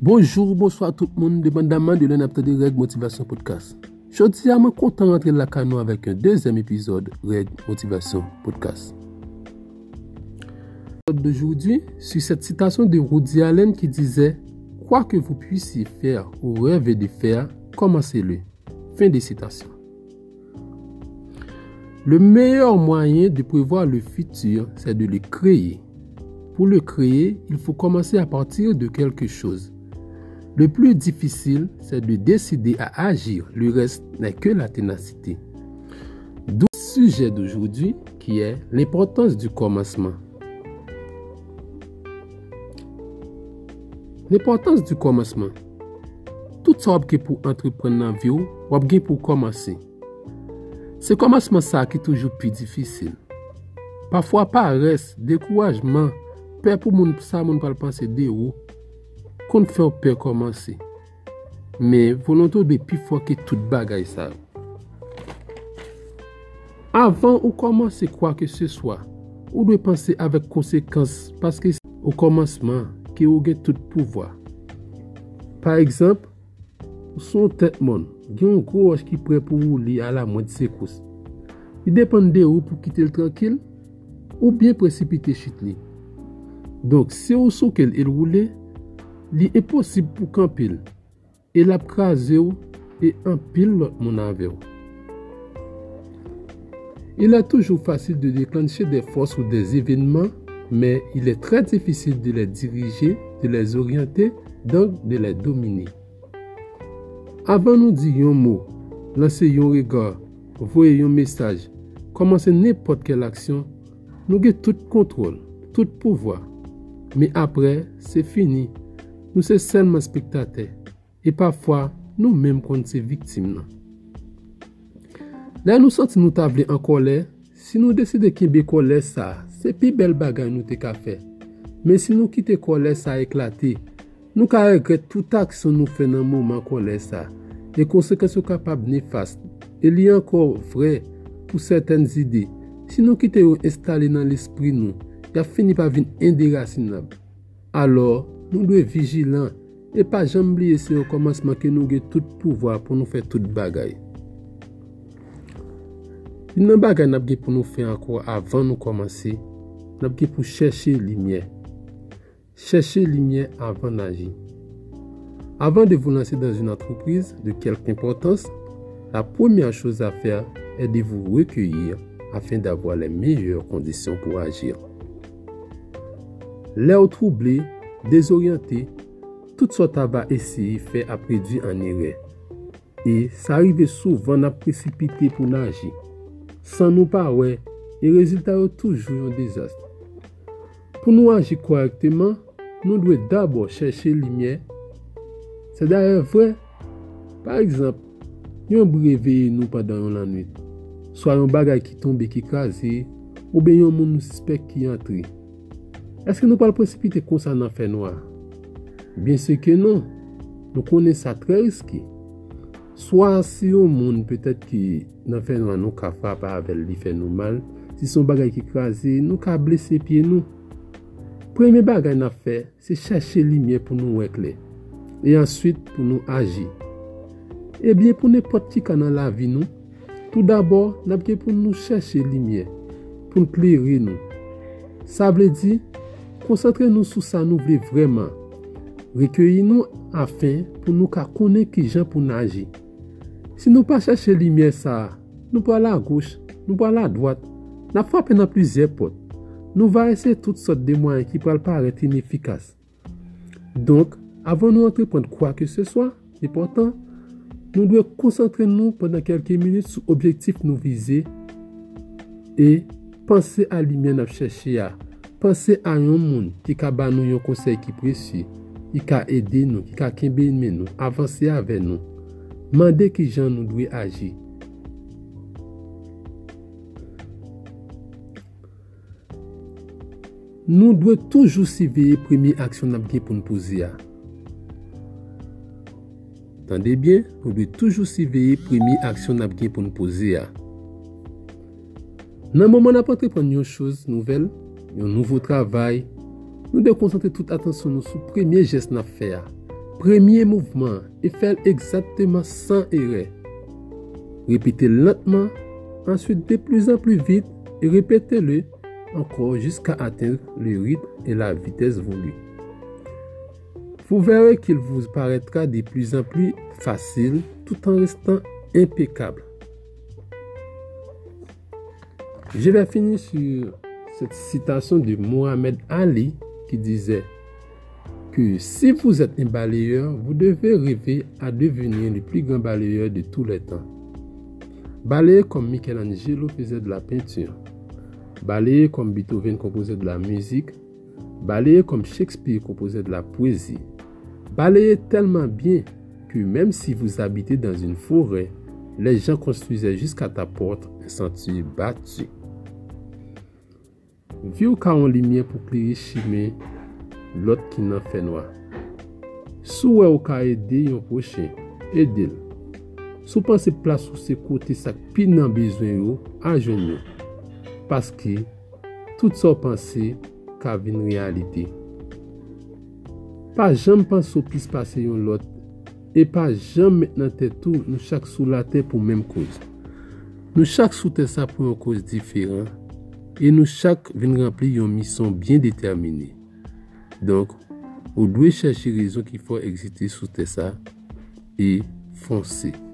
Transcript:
Bonjour, bonsoir tout le monde, dépendamment de l'un de Reg Motivation Podcast. Je suis vraiment content d'entrer la cano avec un deuxième épisode Reg Motivation Podcast. D'aujourd'hui, sur cette citation de Woody Allen qui disait « Quoi que vous puissiez faire ou rêver de faire, commencez-le. » Fin de citation. Le meilleur moyen de prévoir le futur, c'est de le créer. Pour le créer, il faut commencer à partir de quelque chose. Le plus difficile, c'est de décider à agir. Le reste n'est que la ténacité. D'où le sujet d'aujourd'hui qui est l'importance du commencement. L'importance du commencement. Tout ça est pour entreprendre dans la vie ou pour commencer. C'est commencement ça qui est toujours plus difficile. Parfois paresse, découragement, peur pour moun ça moun pas penser de ou qu'on fait peur commencer. Mais volonté de plus fort que toute bagaille ça. Avant ou commencer quoi que ce soit, ou doit penser avec conséquence parce que c'est au commencement que vous avez tout pouvoir. Par exemple, son tête monde, il y a un gros qui est prêt pour vous lier à la moindre secousse. Il dépend de vous pour quitter le tranquille ou bien précipiter chute li. Donc si vous sou qu'elle est roulé, il est impossible pour camper et la craser et empile l'autre mon avec. Il est toujours facile de déclencher des forces ou des événements, mais il est très difficile de les diriger, de les orienter, donc de les dominer. Avant nous dire un mot, lancer un regard, envoyer un message, commencer n'importe quelle action, nous avons tout contrôle, tout pouvoir. Mais après, c'est fini. Nous sommes seulement spectateurs. Et parfois, nous-mêmes sommes victimes. Là, nous sommes nous tablés en colère. Si nous décidons qu'il y a colère, ça, c'est plus belle bagarre nous avons fait. Mais si nous quittons colère, ça a éclaté. Nous regrettons toute action nous fait dans le moment colère, ça. Les conséquences sont capables néfastes. Il y a encore vrai pour certaines idées. Si nous quittons installer dans l'esprit, nous, il a fini par venir indéracinable. Alors, nous devons être vigilants et pas jamais oublier c'est au commencement que nous avons tout pouvoir pour nous faire toute bagaille. Une bagaille pour nous faire encore avant de commencer, nous avons pour chercher lumière. Chercher lumière avant d'agir. Avant de vous lancer dans une entreprise de quelque importance, la première chose à faire est de vous recueillir afin d'avoir les meilleures conditions pour agir. L'air troublé, désorienté, tout ce tabac essayé fait à produire en erreur. Et ça arrive souvent à précipiter pour agir. Sans nous pas ouais, les résultats sont toujours un désastre. Pour nous agir correctement, nous devons d'abord chercher lumière. C'est d'ailleurs vrai. Par exemple, nous réveillons nous pendant la nuit. Soit un bagage qui tombe et qui crase, ou bien un monde suspect qui entre. Est-ce que nous parlons précipiter comme ça dans le fait noir? Bien sûr que non. Nous connaissons ça très risqué. Soit si un monde peut-être qui dans le fait noir nous ka frappe avec lui fait nous mal, si son bagage qui crase, nous ka blesser pied nous. Premier bagage à faire, c'est chercher lumière pour nous éclairer. Et ensuite pour nous agir. Et bien pour n'importe qui dans la vie nous, tout d'abord, nous avons pour nous chercher lumière, pour nous éclairer nous. Ça veut dire, concentrez-nous sur ça nous voulons vraiment. Recueillez-nous afin pour nous connaître qui gens pour nous agir. Si nous pas chercher lumière ça, nous pas aller à gauche, nous pas aller à droite, nous frappons dans plusieurs portes. Nous allons essayer toutes sortes de moyens qui peuvent paraître inefficaces. Donc, avant de nous entreprendre quoi que ce soit, important, nous devons concentrer nous pendant quelques minutes sur l'objectif nous viser et penser à lumière nous chercher à. Penser à un monde qui a nous un conseil qui précieux, qui a aidé nous, qui a kembe nous, avancer avec nous. Demander qui gens nous doit agir. Nous devons toujours surveiller première action pour nous poser. Attendez bien, nous devons toujours surveiller première action pour nous poser. Dans le moment où nous entreprendre une chose nouvelle, un nouveau travail, nous devons concentrer toute attention sur le premier geste à faire. Premier mouvement et faites exactement sans erreur. Répétez lentement, ensuite de plus en plus vite et répétez-le encore jusqu'à atteindre le rythme et la vitesse voulue. Vous verrez qu'il vous paraîtra de plus en plus facile tout en restant impeccable. Je vais finir sur cette citation de Mohamed Ali qui disait que si vous êtes un balayeur, vous devez rêver à devenir le plus grand balayeur de tous les temps. Balayer comme Michelangelo faisait de la peinture. Balayer comme Beethoven composait de la musique. Balayer comme Shakespeare composait de la poésie. Balayer tellement bien que même si vous habitez dans une forêt, les gens construisaient jusqu'à ta porte un sentier battu. Vieux ka en lumière pour clairer chemin, l'autre qui n'en fait noir. Sou ou ka aider yon prochain, aidez-le. Sou pense place ou se côté ça pi nan besoin yo, ajoign yo. Parce que tout ça pensé ka vin réalité. Pas jamais pense au plus passer yon l'autre et pas jamais maintenant tête tout nous chaque sous la terre pour même cause. Nous chaque sous terre ça pour une cause différente et nous chaque vin remplir une mission bien déterminée. Donc, vous devez chercher raison qu'il faut exister sous terre ça et foncer.